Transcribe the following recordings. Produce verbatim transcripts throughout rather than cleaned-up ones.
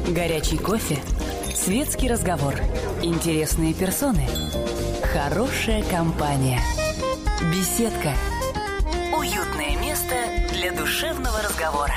Горячий кофе, светский разговор, интересные персоны, хорошая компания, беседка, уютное место для душевного разговора.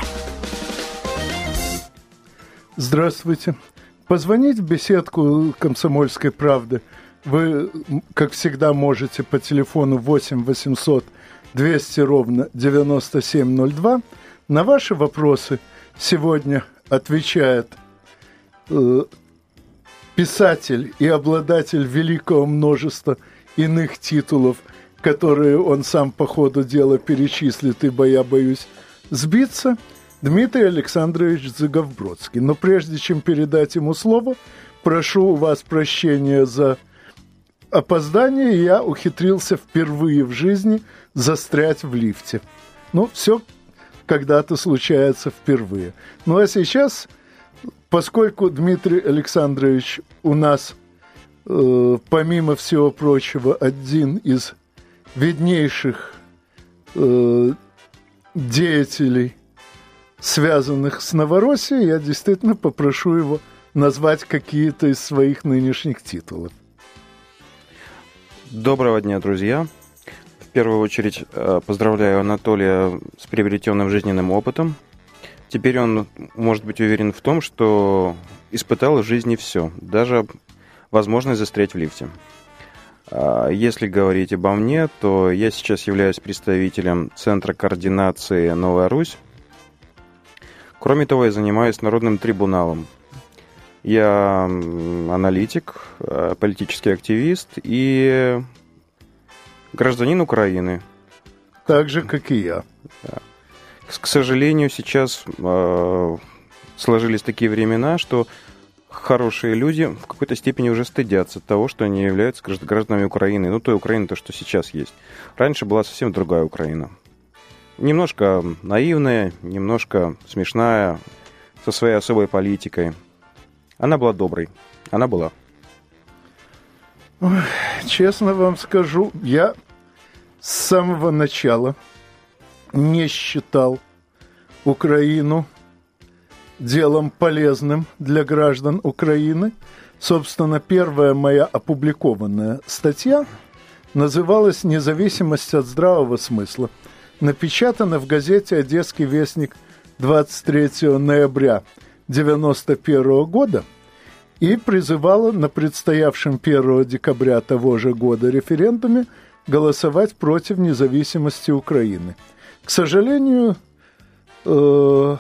Здравствуйте. Позвонить в беседку «Комсомольской правды» вы, как всегда, можете по телефону восемь восемьсот двести ровно девяносто семь ноль два. На ваши вопросы сегодня отвечает э, писатель и обладатель великого множества иных титулов, которые он сам по ходу дела перечислит, ибо я боюсь сбиться, Дмитрий Александрович Зыгов-Бродский. Но прежде чем передать ему слово, прошу у вас прощения за опоздание. Я ухитрился впервые в жизни застрять в лифте. Ну, все когда-то случается впервые. Ну, а сейчас, поскольку Дмитрий Александрович у нас, э, помимо всего прочего, один из виднейших э, деятелей, связанных с Новороссией, я действительно попрошу его назвать какие-то из своих нынешних титулов. Доброго дня, друзья. В первую очередь поздравляю Анатолия с приобретенным жизненным опытом. Теперь он может быть уверен в том, что испытал в жизни все, даже возможность застрять в лифте. Если говорить обо мне, то я сейчас являюсь представителем Центра координации «Новая Русь». Кроме того, я занимаюсь Народным трибуналом. Я аналитик, политический активист и гражданин Украины. Так же, как и я. Да. К сожалению, сейчас э, сложились такие времена, что хорошие люди в какой-то степени уже стыдятся того, что они являются гражданами Украины. Ну, той Украины, то, что сейчас есть. Раньше была совсем другая Украина. Немножко наивная, немножко смешная, со своей особой политикой. Она была доброй. Она была. Ой, честно вам скажу, я с самого начала не считал Украину делом полезным для граждан Украины. Собственно, первая моя опубликованная статья называлась «Независимость от здравого смысла». Напечатана в газете «Одесский вестник» двадцать третьего ноября девяносто первого года и призывала на предстоявшем первого декабря того же года референдуме голосовать против независимости Украины. К сожалению, э,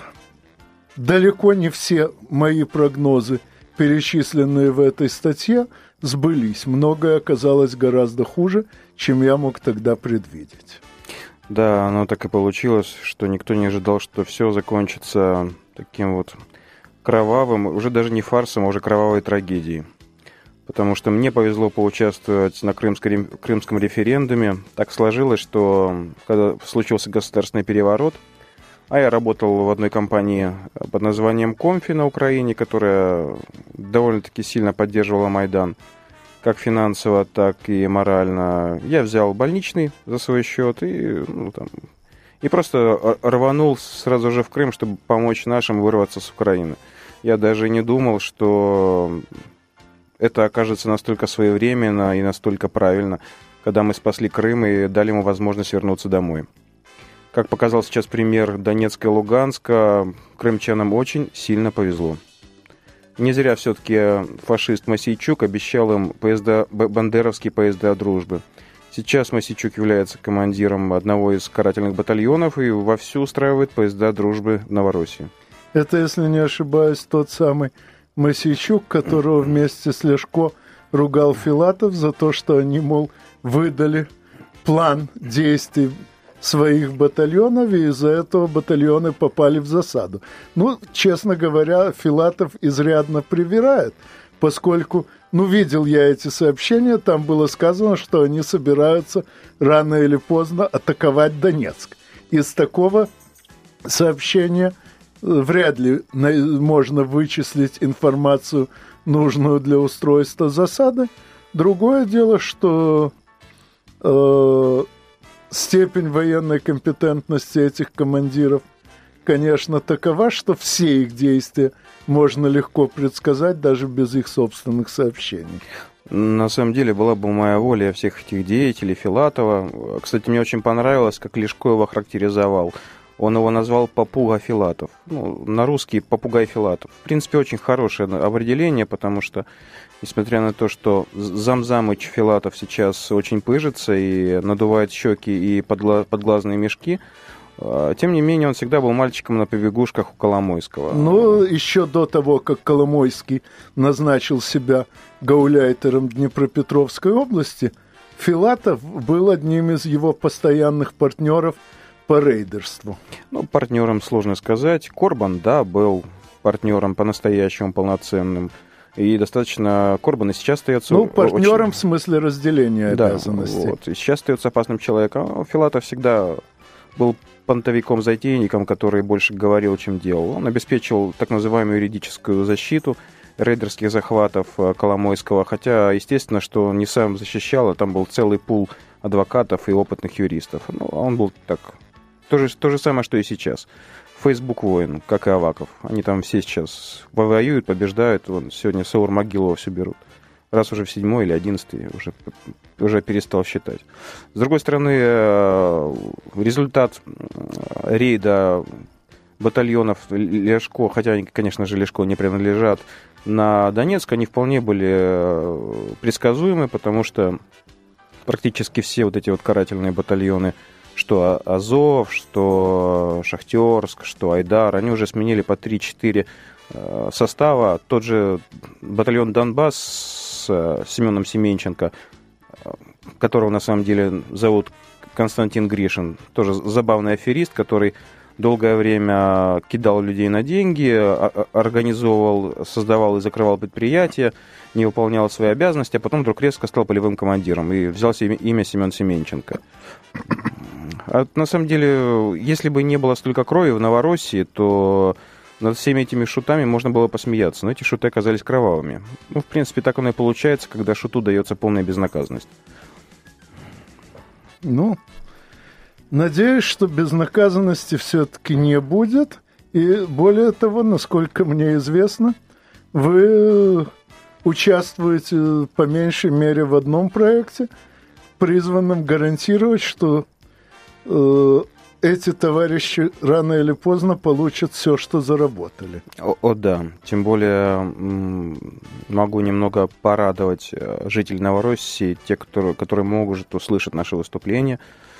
далеко не все мои прогнозы, перечисленные в этой статье, сбылись. Многое оказалось гораздо хуже, чем я мог тогда предвидеть. Да, оно так и получилось, что никто не ожидал, что все закончится таким вот кровавым, уже даже не фарсом, а уже кровавой трагедией. Потому что мне повезло поучаствовать на крымском, крымском референдуме. Так сложилось, что когда случился государственный переворот, а я работал в одной компании под названием «Комфи» на Украине, которая довольно-таки сильно поддерживала Майдан, как финансово, так и морально. Я взял больничный за свой счет и, ну, там, и просто рванул сразу же в Крым, чтобы помочь нашим вырваться с Украины. Я даже не думал, что это окажется настолько своевременно и настолько правильно, когда мы спасли Крым и дали ему возможность вернуться домой. Как показал сейчас пример Донецка и Луганска, крымчанам очень сильно повезло. Не зря все-таки фашист Мосейчук обещал им поезда, бандеровские поезда дружбы. Сейчас Мосейчук является командиром одного из карательных батальонов и вовсю устраивает поезда дружбы в Новороссии. Это, если не ошибаюсь, тот самый Мосейчук, которого вместе с Ляшко ругал Филатов за то, что они, мол, выдали план действий своих батальонов, и из-за этого батальоны попали в засаду. Ну, честно говоря, Филатов изрядно привирает, поскольку, ну, видел я эти сообщения, там было сказано, что они собираются рано или поздно атаковать Донецк. Из такого сообщения вряд ли можно вычислить информацию, нужную для устройства засады. Другое дело, что э, степень военной компетентности этих командиров конечно, такова, что все их действия можно легко предсказать даже без их собственных сообщений. На самом деле, была бы моя воля всех этих деятелей, Филатова. Кстати, мне очень понравилось, как Лешко его характеризовал. Он его назвал «Попуга Филатов». Ну, на русский «Попугай Филатов». В принципе, очень хорошее определение, потому что, несмотря на то, что замзамыч Филатов сейчас очень пыжится и надувает щеки и подгла- подглазные мешки, тем не менее, он всегда был мальчиком на побегушках у Коломойского. Ну, еще до того, как Коломойский назначил себя гауляйтером Днепропетровской области, Филатов был одним из его постоянных партнеров по рейдерству. Ну, партнером сложно сказать. Корбан, да, был партнером по-настоящему полноценным. И достаточно... Корбан и сейчас остается... Ну, партнером очень... в смысле разделения да, обязанностей. Вот. И сейчас остается опасным человеком. Филатов всегда был понтовиком-затейником, который больше говорил, чем делал. Он обеспечил так называемую юридическую защиту рейдерских захватов Коломойского, хотя, естественно, что он не сам защищал, а там был целый пул адвокатов и опытных юристов. Ну, он был так... То же, то же самое, что и сейчас. Facebook воин, как и Аваков. Они там все сейчас воюют, побеждают. Вон, сегодня Саур Могилова все берут. Раз уже в седьмой или одиннадцатый, уже, уже перестал считать. С другой стороны, результат рейда батальонов Лешко, хотя они, конечно же, Лешко не принадлежат, на Донецк, они вполне были предсказуемы, потому что практически все вот эти вот карательные батальоны, что Азов, что Шахтерск, что Айдар, они уже сменили по три-четыре состава. Тот же батальон Донбасс с Семеном Семенченко, которого на самом деле зовут Константин Гришин, тоже забавный аферист, который долгое время кидал людей на деньги, организовывал, создавал и закрывал предприятия, не выполнял свои обязанности, а потом вдруг резко стал полевым командиром и взял себе имя Семен Семенченко. А на самом деле, если бы не было столько крови в Новороссии, то над всеми этими шутами можно было посмеяться, но эти шуты оказались кровавыми. Ну, в принципе, так оно и получается, когда шуту дается полная безнаказанность. Ну, надеюсь, что безнаказанности все-таки не будет. И более того, насколько мне известно, вы участвуете по меньшей мере в одном проекте, призванном гарантировать, что э, эти товарищи рано или поздно получат все, что заработали. О, о да, тем более м- могу немного порадовать жителей Новороссии, те, которые, которые могут услышать наше выступление.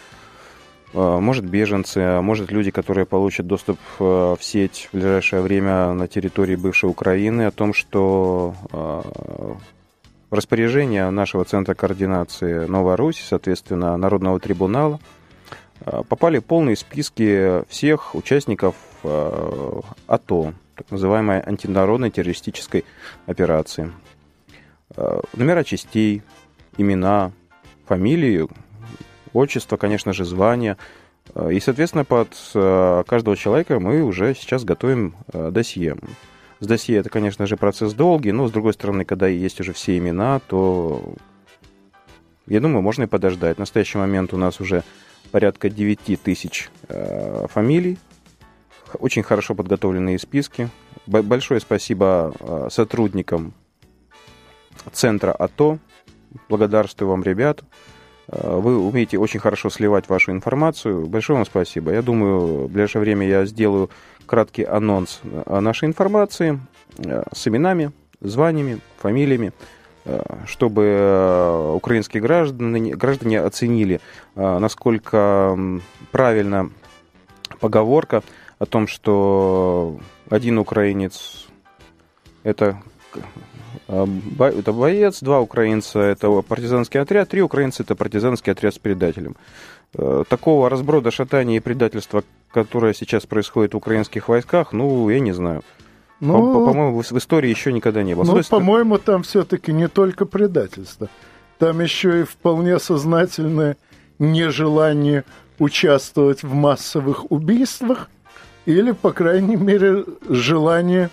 Может, беженцы, может, люди, которые получат доступ в сеть в ближайшее время на территории бывшей Украины, о том, что распоряжение нашего Центра координации Новой Руси, соответственно, Народного трибунала, попали полные списки всех участников АТО, так называемой антинародной террористической операции. Номера частей, имена, фамилии, отчество, конечно же, звание. И, соответственно, под каждого человека мы уже сейчас готовим досье. С досье это, конечно же, процесс долгий, но, с другой стороны, когда есть уже все имена, то, я думаю, можно и подождать. В настоящий момент у нас уже порядка девять тысяч фамилий, очень хорошо подготовленные списки. Большое спасибо сотрудникам Центра АТО. Благодарствую вам, ребят. Вы умеете очень хорошо сливать вашу информацию. Большое вам спасибо. Я думаю, в ближайшее время я сделаю краткий анонс нашей информации с именами, званиями, фамилиями, чтобы украинские граждане, граждане оценили, насколько правильна поговорка о том, что один украинец – это... Это боец, два украинца – это партизанский отряд, три украинца – это партизанский отряд с предателем. Такого разброда, шатания и предательства, которое сейчас происходит в украинских войсках, ну, я не знаю. Ну, по-моему, в истории еще никогда не было. Ну, по-моему, там все-таки не только предательство. Там еще и вполне сознательное нежелание участвовать в массовых убийствах или, по крайней мере, желание...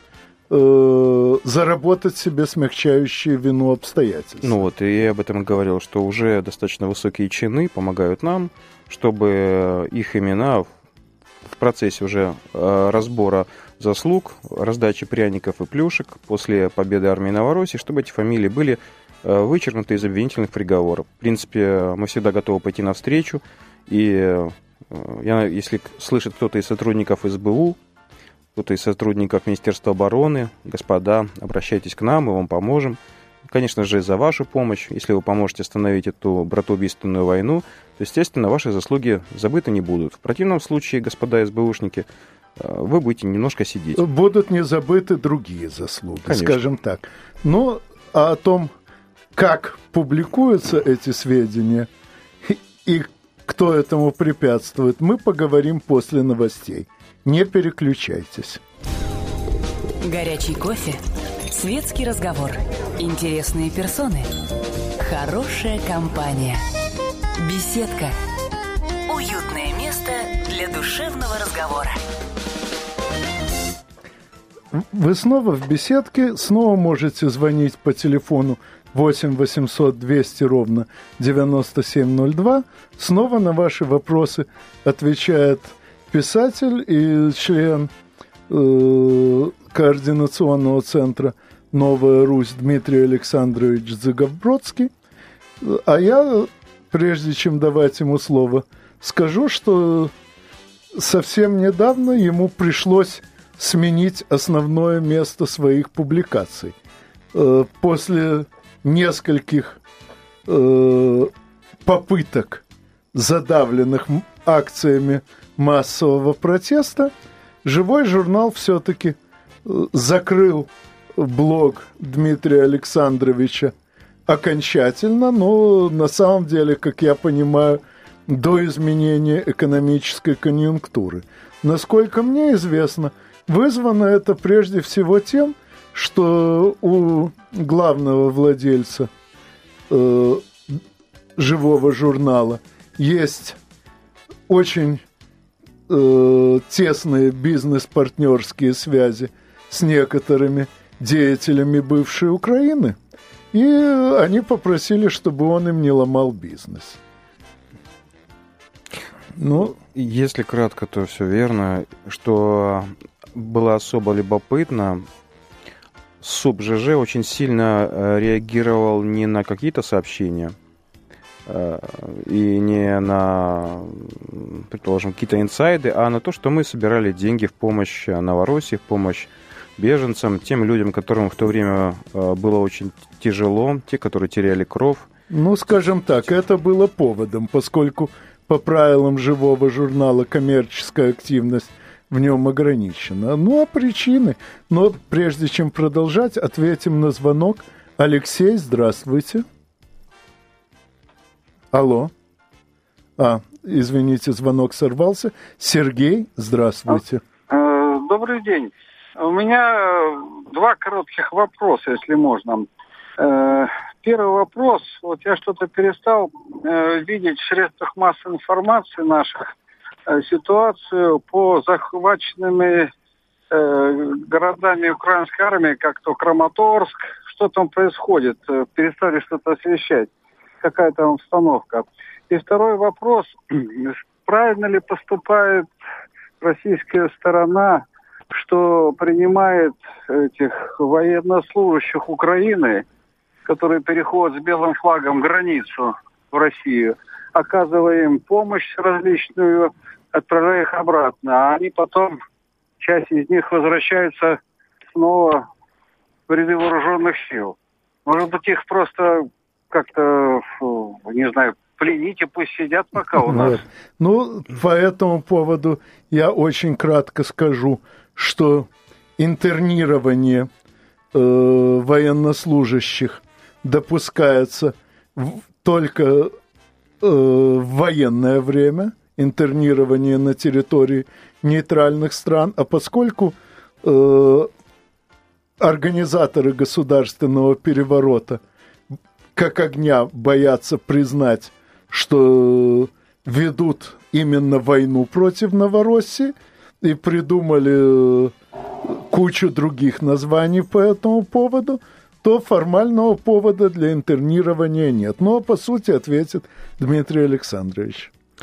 заработать себе смягчающие вину обстоятельства. Ну вот, и я об этом говорил, что уже достаточно высокие чины помогают нам, чтобы их имена в процессе уже э, разбора заслуг, раздачи пряников и плюшек после победы армии Новороссии, чтобы эти фамилии были э, вычеркнуты из обвинительных приговоров. В принципе, мы всегда готовы пойти навстречу, и э, я, если слышит кто-то из сотрудников эс бэ у, кто-то из сотрудников Министерства обороны, господа, обращайтесь к нам, мы вам поможем. Конечно же, за вашу помощь. Если вы поможете остановить эту братоубийственную войну, то, естественно, ваши заслуги забыты не будут. В противном случае, господа эс бэ ушники, вы будете немножко сидеть. Будут не забыты другие заслуги, Конечно. Скажем так. Но а о том, как публикуются эти сведения и, и кто этому препятствует, мы поговорим после новостей. Не переключайтесь. Горячий кофе, светский разговор, интересные персоны, хорошая компания, беседка, уютное место для душевного разговора. Вы снова в беседке, снова можете звонить по телефону восемь восемьсот двести ровно девяносто семь ноль два. Снова на ваши вопросы отвечает писатель и член э, координационного центра «Новая Русь» Дмитрий Александрович Заговбродский. А я, прежде чем давать ему слово, скажу, что совсем недавно ему пришлось сменить основное место своих публикаций. Э, после нескольких э, попыток, задавленных акциями массового протеста, «Живой» журнал все-таки закрыл блог Дмитрия Александровича окончательно, но на самом деле, как я понимаю, до изменения экономической конъюнктуры. Насколько мне известно, вызвано это прежде всего тем, что у главного владельца э, «Живого» журнала есть очень э, тесные бизнес-партнерские связи с некоторыми деятелями бывшей Украины, и они попросили, чтобы он им не ломал бизнес. Ну, если кратко, то все верно. Что было особо любопытно, СУП ЖЖ очень сильно реагировал не на какие-то сообщения и не на, предположим, какие-то инсайды, а на то, что мы собирали деньги в помощь Новороссии, в помощь беженцам, тем людям, которым в то время было очень тяжело, те, которые теряли кровь. Ну, скажем так, это было поводом, поскольку по правилам «Живого» журнала коммерческая активность в нем ограничена. Ну, а причины? Но прежде чем продолжать, ответим на звонок. Алексей, здравствуйте. Алло. А, извините, звонок сорвался. Сергей, здравствуйте. Добрый день. У меня два коротких вопроса, если можно. Первый вопрос. Вот я что-то перестал видеть в средствах массовой информации наших ситуацию по захваченными городами украинской армии, как то Краматорск. Что там происходит? Перестали что-то освещать. Какая там обстановка? И второй вопрос. Правильно ли поступает российская сторона, что принимает этих военнослужащих Украины, которые переходят с белым флагом границу в Россию, оказывая им помощь различную, отправляя их обратно, а они потом, часть из них возвращаются снова в ряды вооруженных сил. Может быть, их просто как-то, не знаю, плените, пусть сидят пока у нас. Ну, по этому поводу я очень кратко скажу, что интернирование э, военнослужащих допускается в, только э, в военное время, интернирование на территории нейтральных стран, а поскольку э, организаторы государственного переворота как огня боятся признать, что ведут именно войну против Новороссии, и придумали кучу других названий по этому поводу, то формального повода для интернирования нет. Но, по сути, ответит Дмитрий Александрович.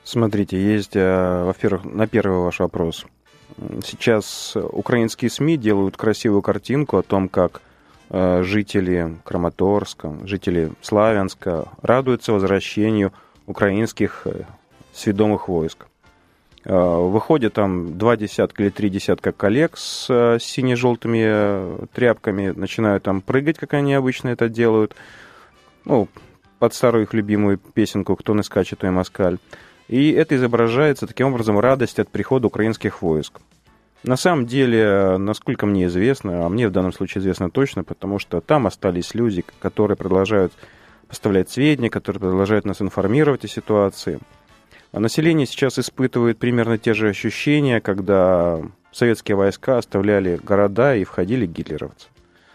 Смотрите, есть, во-первых, на первый ваш вопрос. Сейчас украинские СМИ делают красивую картинку о том, как жители Краматорска, жители Славянска радуются возвращению украинских сведомых войск. Выходят там два десятка или три десятка коллег с сине-желтыми тряпками, начинают там прыгать, как они обычно это делают, ну, под старую их любимую песенку «Кто не скачет, то и москаль». И это изображается таким образом радость от прихода украинских войск. На самом деле, насколько мне известно, а мне в данном случае известно точно, потому что там остались люди, которые продолжают поставлять сведения, которые продолжают нас информировать о ситуации. А население сейчас испытывает примерно те же ощущения, когда советские войска оставляли города и входили гитлеровцы.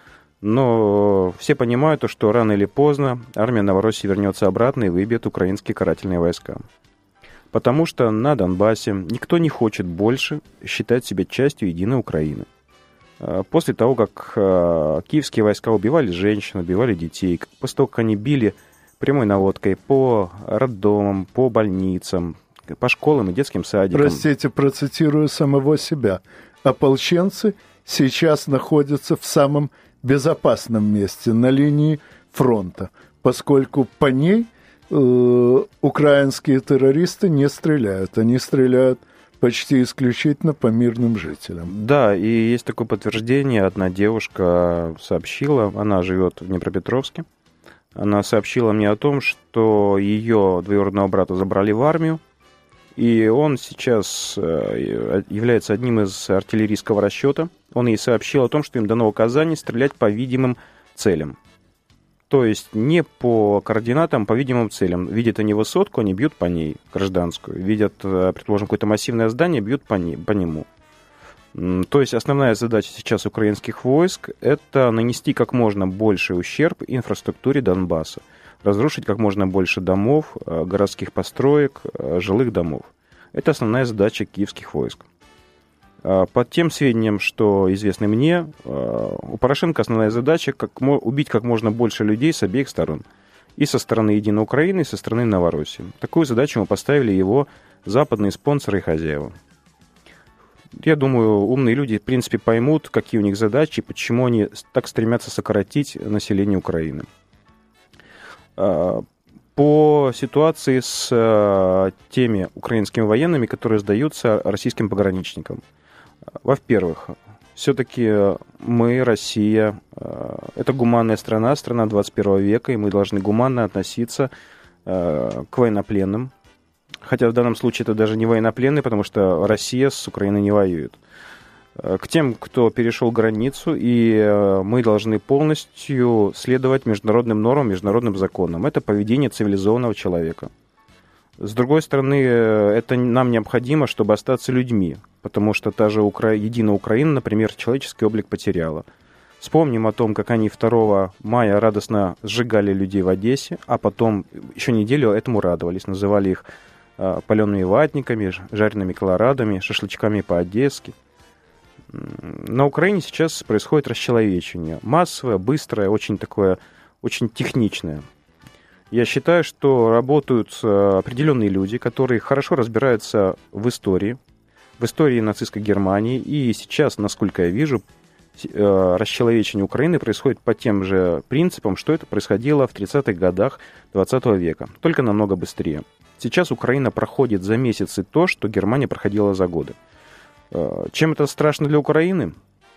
Но все понимают, что рано или поздно армия Новороссии вернется обратно и выбьет украинские карательные войска. Потому что на Донбассе никто не хочет больше считать себя частью единой Украины. После того, как киевские войска убивали женщин, убивали детей, после того, как они били прямой наводкой по роддомам, по больницам, по школам и детским садикам. Простите, процитирую самого себя. Ополченцы сейчас находятся в самом безопасном месте на линии фронта, поскольку по ней э, украинские террористы не стреляют. Они стреляют почти исключительно по мирным жителям. Да, и есть такое подтверждение. Одна девушка сообщила, она живет в Днепропетровске. Она сообщила мне о том, что ее двоюродного брата забрали в армию, и он сейчас является одним из артиллерийского расчета. Он ей сообщил о том, что им дано указание стрелять по видимым целям. То есть не по координатам, по видимым целям. Видят они высотку, они бьют по ней, гражданскую. Видят, предположим, какое-то массивное здание, бьют по, ней, по нему. То есть основная задача сейчас украинских войск – это нанести как можно больше ущерб инфраструктуре Донбасса, разрушить как можно больше домов, городских построек, жилых домов. Это основная задача киевских войск. По тем сведениям, что известны мне, у Порошенко основная задача – как убить как можно больше людей с обеих сторон. И со стороны Единой Украины, и со стороны Новороссии. Такую задачу ему поставили его западные спонсоры и хозяева. Я думаю, умные люди, в принципе, поймут, какие у них задачи и почему они так стремятся сократить население Украины. По ситуации с теми украинскими военными, которые сдаются российским пограничникам. Во-первых, все-таки мы, Россия, это гуманная страна, страна двадцать первого века, и мы должны гуманно относиться к военнопленным. Хотя в данном случае это даже не военнопленные, потому что Россия с Украиной не воюет. К тем, кто перешел границу, и мы должны полностью следовать международным нормам, международным законам. Это поведение цивилизованного человека. С другой стороны, это нам необходимо, чтобы остаться людьми, потому что та же Укра... Единая Украина, например, человеческий облик потеряла. Вспомним о том, как они второго мая радостно сжигали людей в Одессе, а потом еще неделю этому радовались, называли их палеными ватниками, жареными колорадами, шашлычками по-одесски. На Украине сейчас происходит расчеловечение. Массовое, быстрое, очень такое, очень техничное. Я считаю, что работают определенные люди, которые хорошо разбираются в истории, в истории нацистской Германии. И сейчас, насколько я вижу, расчеловечение Украины происходит по тем же принципам, что это происходило в тридцатых годах двадцатого века, только намного быстрее. Сейчас Украина проходит за месяцы то, что Германия проходила за годы. Чем это страшно для Украины?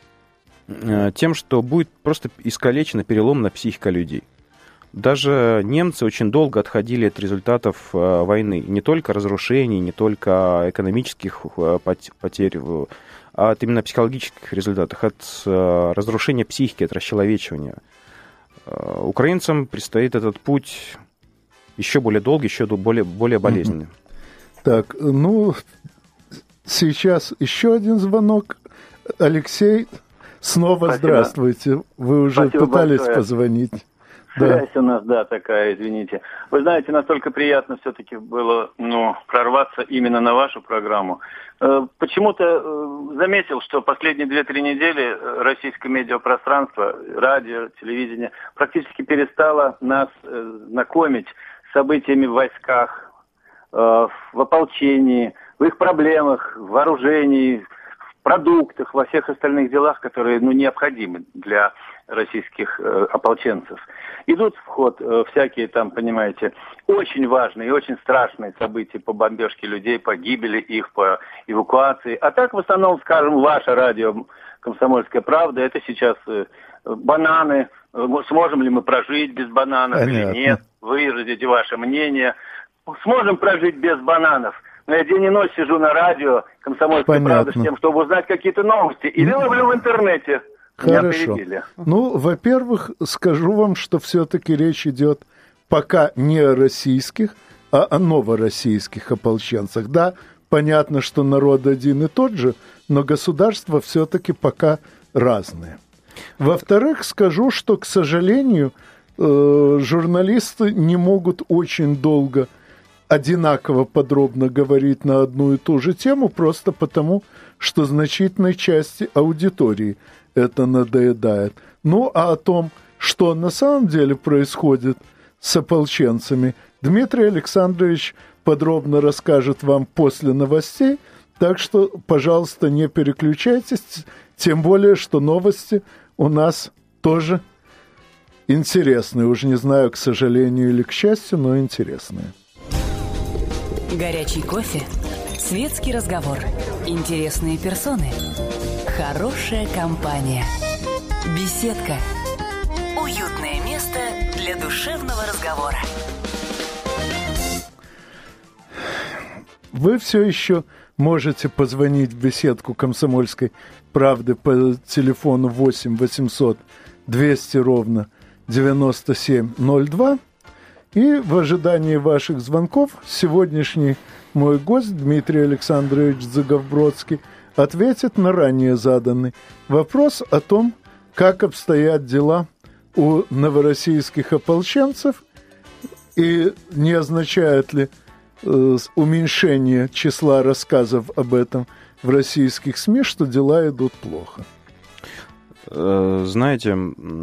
Тем, что будет просто искалечена, переломана психика людей. Даже немцы очень долго отходили от результатов войны. Не только разрушений, не только экономических потерь, а от именно психологических результатов, от разрушения психики, от расчеловечивания. Украинцам предстоит этот путь еще более долгий, еще более, более болезненный. Так, ну, сейчас еще один звонок. Алексей, снова Спасибо. Здравствуйте. Вы уже Спасибо пытались большое. Позвонить. Связь да. у нас, да, такая, извините. Вы знаете, настолько приятно все-таки было, ну, прорваться именно на вашу программу. Почему-то заметил, что последние две-три недели российское медиапространство, радио, телевидение практически перестало нас знакомить с событиями в войсках, в ополчении, в их проблемах, в вооружении, в продуктах, во всех остальных делах, которые ну, необходимы для российских э, ополченцев. Идут в ход э, всякие там, понимаете, очень важные и очень страшные события по бомбежке людей, по гибели их, по эвакуации. А так в основном, скажем, ваше радио «Комсомольская правда» это сейчас э, бананы. Сможем ли мы прожить без бананов Понятно. Или нет? Выразите ваше мнение. Сможем прожить без бананов. Но я день и ночь сижу на радио «Комсомольская правда» с тем, чтобы узнать какие-то новости. Или ловлю в интернете. Хорошо. Ну, во-первых, скажу вам, что все-таки речь идет пока не о российских, а о новороссийских ополченцах. Да, понятно, что народ один и тот же, но государства все-таки пока разные. Во-вторых, скажу, что, к сожалению, э, журналисты не могут очень долго одинаково подробно говорить на одну и ту же тему, просто потому, что значительной части аудитории это надоедает. Ну, а о том, что на самом деле происходит с ополченцами, Дмитрий Александрович подробно расскажет вам после новостей, так что, пожалуйста, не переключайтесь, тем более, что новости у нас тоже интересные. Уж не знаю, к сожалению или к счастью, но интересные. Горячий кофе, светский разговор, интересные персоны, хорошая компания, беседка, уютное место для душевного разговора. Вы все еще можете позвонить в беседку «Комсомольской правды» по телефону восемь восемьсот двести ровно девяносто семь ноль два. И в ожидании ваших звонков сегодняшний мой гость Дмитрий Александрович Заговбродский ответит на ранее заданный вопрос о том, как обстоят дела у новороссийских ополченцев и не означает ли э, уменьшение числа рассказов об этом в российских СМИ, что дела идут плохо. Знаете,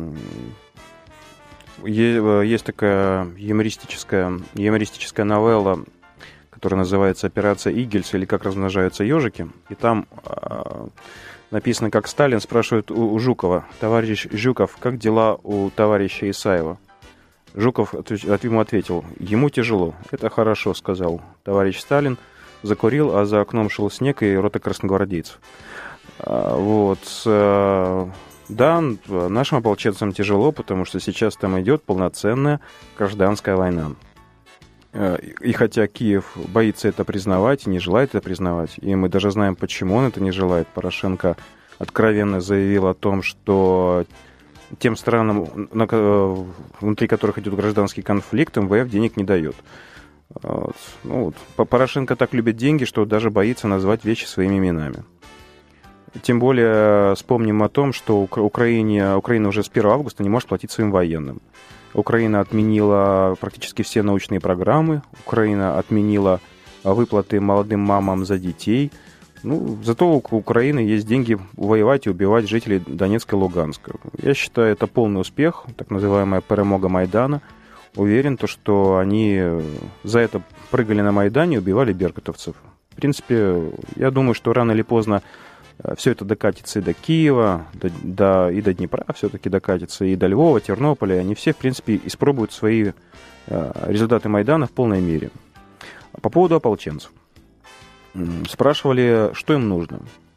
есть такая юмористическая, юмористическая новелла, которая называется «Операция Игельс» или «Как размножаются ежики». И там э, написано, как Сталин спрашивает у, у Жукова: «Товарищ Жуков, как дела у товарища Исаева?» Жуков от, ему ответил: «Ему тяжело». «Это хорошо», — сказал товарищ Сталин, закурил, а за окном шел снег и рота красногвардейцев. А, вот. А, да, нашим ополченцам тяжело, потому что сейчас там идет полноценная гражданская война. И хотя Киев боится это признавать и не желает это признавать, и мы даже знаем, почему он это не желает, Порошенко откровенно заявил о том, что тем странам, внутри которых идет гражданский конфликт, эм вэ эф денег не дает. Вот. Ну, вот. Порошенко так любит деньги, что даже боится назвать вещи своими именами. Тем более вспомним о том, что Украине, Украина уже с первого августа не может платить своим военным. Украина отменила практически все научные программы, Украина отменила выплаты молодым мамам за детей. Ну, зато у Украины есть деньги воевать и убивать жителей Донецка и Луганска. Я считаю, это полный успех, так называемая перемога Майдана. Уверен, то, что они за это прыгали на Майдане и убивали беркутовцев. В принципе, я думаю, что рано или поздно все это докатится и до Киева, до, до, и до Днепра все-таки докатится, и до Львова, Тернополя. Они все, в принципе, испробуют свои э, результаты Майдана в полной мере. По поводу ополченцев. Спрашивали, что им нужно.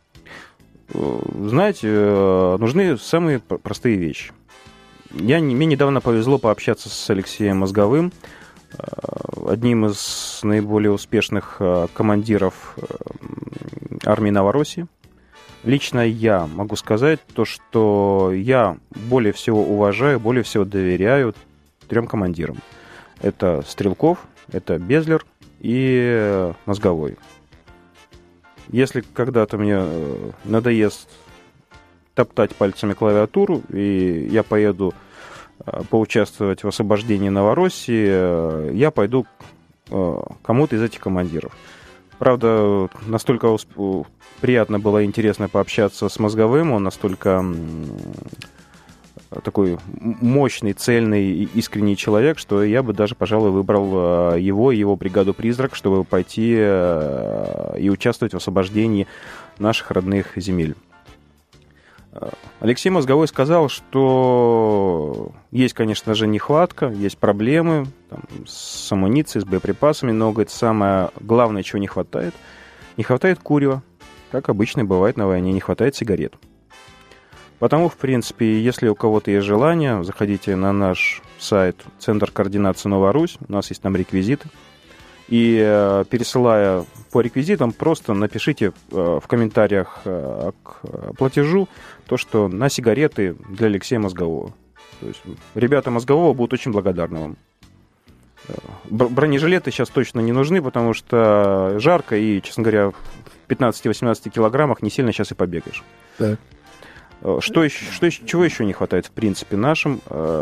Знаете, нужны самые простые вещи. Я, мне недавно повезло пообщаться с Алексеем Мозговым, одним из наиболее успешных командиров армии Новороссии. Лично я могу сказать то, что я более всего уважаю, более всего доверяю трем командирам. Это Стрелков, это Безлер и Мозговой. Если когда-то мне надоест топтать пальцами клавиатуру, и я поеду поучаствовать в освобождении Новороссии, я пойду к кому-то из этих командиров. Правда, настолько приятно было и интересно пообщаться с Мозговым, он настолько такой мощный, цельный и искренний человек, что я бы даже, пожалуй, выбрал его и его бригаду «Призрак», чтобы пойти и участвовать в освобождении наших родных земель. Алексей Мозговой сказал, что есть, конечно же, нехватка, есть проблемы там, с амуницией, с боеприпасами, но, говорит, самое главное, чего не хватает, не хватает курева, как обычно бывает на войне, не хватает сигарет. Потому, в принципе, если у кого-то есть желание, заходите на наш сайт «Центр координации Новая Русь», у нас есть там реквизиты, и э, пересылая по реквизитам, просто напишите э, в комментариях э, к платежу то, что на сигареты для Алексея Мозгового. То есть ребята Мозгового будут очень благодарны вам. Бронежилеты сейчас точно не нужны, потому что жарко, и, честно говоря, в пятнадцати-восемнадцати килограммах не сильно сейчас и побегаешь. Так. Что еще, что еще, чего еще не хватает, в принципе, нашим?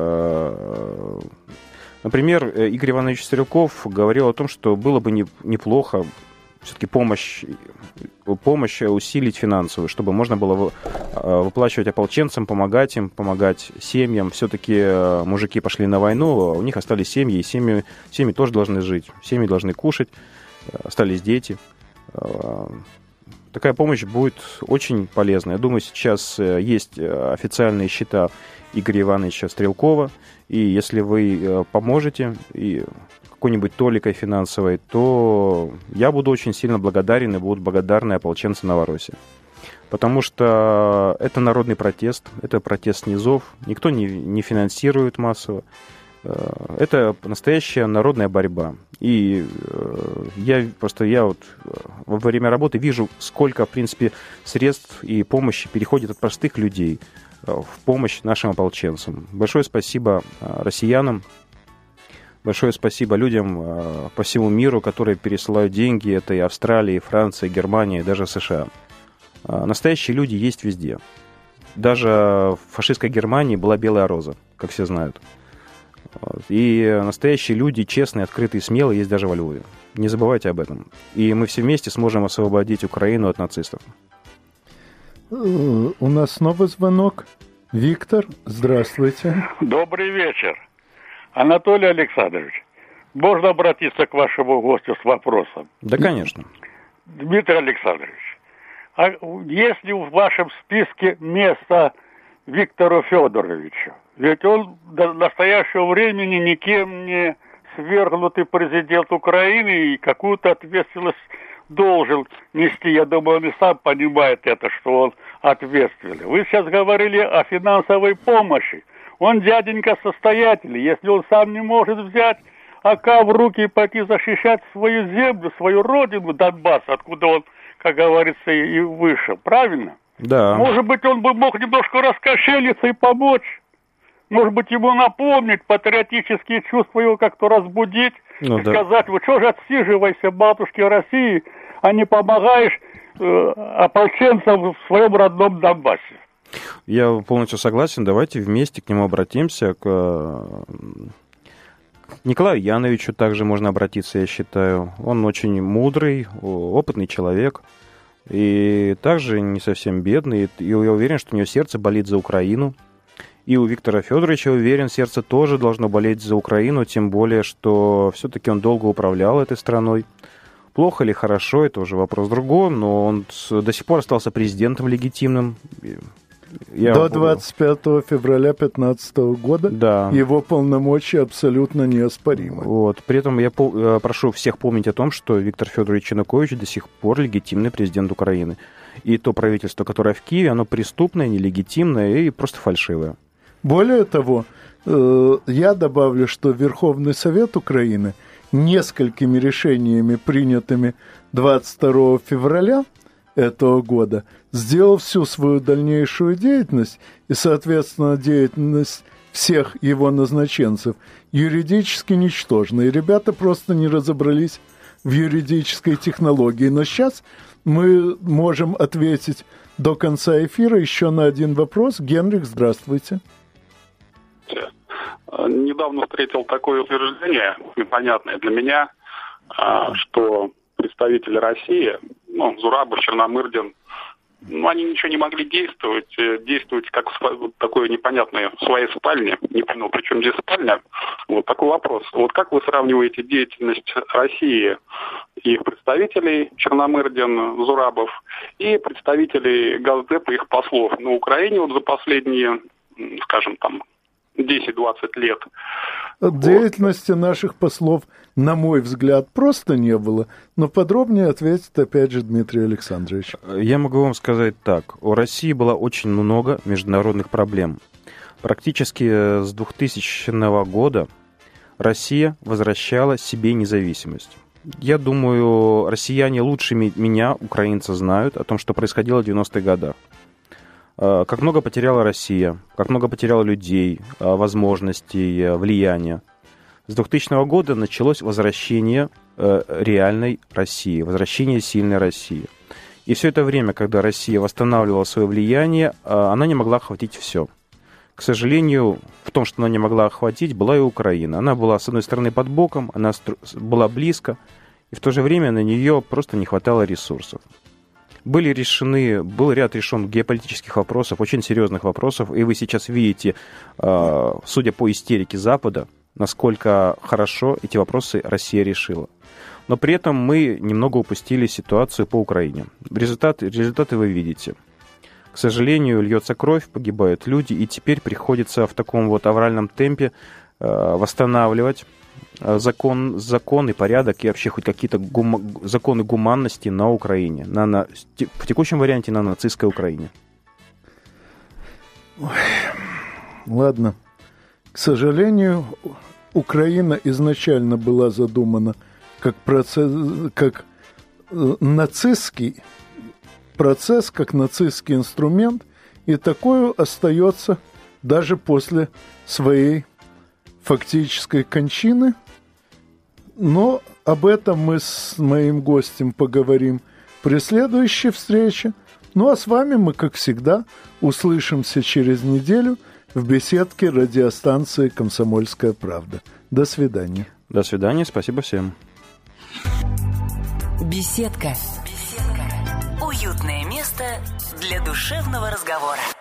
Например, Игорь Иванович Стрелков говорил о том, что было бы не, неплохо все-таки помощь, помощь усилить финансовую, чтобы можно было выплачивать ополченцам, помогать им, помогать семьям. Все-таки мужики пошли на войну, а у них остались семьи, и семьи, семьи тоже должны жить, семьи должны кушать, остались дети. Такая помощь будет очень полезна. Я думаю, сейчас есть официальные счета Игоря Ивановича Стрелкова, и если вы поможете и какой-нибудь толикой финансовой, то я буду очень сильно благодарен и будут благодарны ополченцы Новороссии. Потому что это народный протест, это протест низов, никто не, не финансирует массово. Это настоящая народная борьба. И я просто я вот во время работы вижу, сколько, в принципе, средств и помощи переходит от простых людей в помощь нашим ополченцам. Большое спасибо россиянам, большое спасибо людям по всему миру, которые пересылают деньги. Это и Австралия, и Франция, и Германия, и даже США. Настоящие люди есть везде. Даже в фашистской Германии была белая роза, как все знают. И настоящие люди, честные, открытые, смелые, есть даже во Львове. Не забывайте об этом. И мы все вместе сможем освободить Украину от нацистов. У нас снова звонок. Виктор, здравствуйте. Добрый вечер. Анатолий Александрович, можно обратиться к вашему гостю с вопросом? Да, конечно. Дмитрий Александрович, а есть ли в вашем списке место Виктору Федоровичу? Ведь он до настоящего времени никем не свергнутый президент Украины и какую-то ответственность должен нести. Я думаю, он и сам понимает это, что он ответственный. Вы сейчас говорили о финансовой помощи. Он дяденька состоятельный. Если он сам не может взять АК в руки и пойти защищать свою землю, свою родину, Донбасс, откуда он, как говорится, и вышел. Правильно? Да. Может быть, он бы мог немножко раскошелиться и помочь. Может быть, ему напомнить, патриотические чувства его как-то разбудить, ну, и да. сказать, вот что же отсиживайся, матушки России, а не помогаешь э, ополченцам в своем родном Донбассе. Я полностью согласен, давайте вместе к нему обратимся. К Николаю Яновичу также можно обратиться, я считаю. Он очень мудрый, опытный человек. И также не совсем бедный. И я уверен, что у него сердце болит за Украину. И у Виктора Федоровича, уверен, сердце тоже должно болеть за Украину, тем более, что все-таки он долго управлял этой страной. Плохо или хорошо, это уже вопрос другой, но он до сих пор остался президентом легитимным. Я До двадцать пятого февраля две тысячи пятнадцатого года да. Его полномочия абсолютно неоспоримы. Вот. При этом я прошу всех помнить о том, что Виктор Федорович Янукович до сих пор легитимный президент Украины. И то правительство, которое в Киеве, оно преступное, нелегитимное и просто фальшивое. Более того, я добавлю, что Верховный Совет Украины несколькими решениями, принятыми двадцать второго февраля этого года, сделал всю свою дальнейшую деятельность и, соответственно, деятельность всех его назначенцев юридически ничтожной. И ребята просто не разобрались в юридической технологии. Но сейчас мы можем ответить до конца эфира еще на один вопрос. Генрих, здравствуйте. Недавно встретил такое утверждение, непонятное для меня, что представители России, ну, Зурабов, Черномырдин, ну, они ничего не могли действовать, действовать как вот такое непонятное в своей спальне. Не понял, при чем здесь спальня? Вот такой вопрос. Вот как вы сравниваете деятельность России и их представителей, Черномырдин, Зурабов, и представителей Госдепа, их послов на Украине вот за последние, скажем, там, десять-двадцать лет? Деятельности наших послов, на мой взгляд, просто не было. Но подробнее ответит опять же Дмитрий Александрович. Я могу вам сказать так. У России было очень много международных проблем. Практически с двухтысячного года Россия возвращала себе независимость. Я думаю, россияне лучше меня, украинцы, знают о том, что происходило в девяностых годах. Как много потеряла Россия, как много потеряла людей, возможностей, влияния. С двухтысячного года началось возвращение реальной России, возвращение сильной России. И все это время, когда Россия восстанавливала свое влияние, она не могла охватить все. К сожалению, в том, что она не могла охватить, была и Украина. Она была, с одной стороны, под боком, она была близко, и в то же время на нее просто не хватало ресурсов. Были решены, был ряд решен геополитических вопросов, очень серьезных вопросов, и вы сейчас видите, судя по истерике Запада, насколько хорошо эти вопросы Россия решила. Но при этом мы немного упустили ситуацию по Украине. Результаты, результаты вы видите. К сожалению, льется кровь, погибают люди, и теперь приходится в таком вот авральном темпе восстанавливать закон, закон и порядок, и вообще хоть какие-то гума, законы гуманности на Украине, на, на, в текущем варианте на нацистской Украине. Ой, ладно. К сожалению, Украина изначально была задумана как, процесс, как нацистский процесс, как нацистский инструмент, и такое остается даже после своей фактической кончины. Но об этом мы с моим гостем поговорим при следующей встрече. Ну а с вами мы, как всегда, услышимся через неделю в беседке радиостанции «Комсомольская правда». До свидания. До свидания, спасибо всем. Беседка. Беседка. Уютное место для душевного разговора.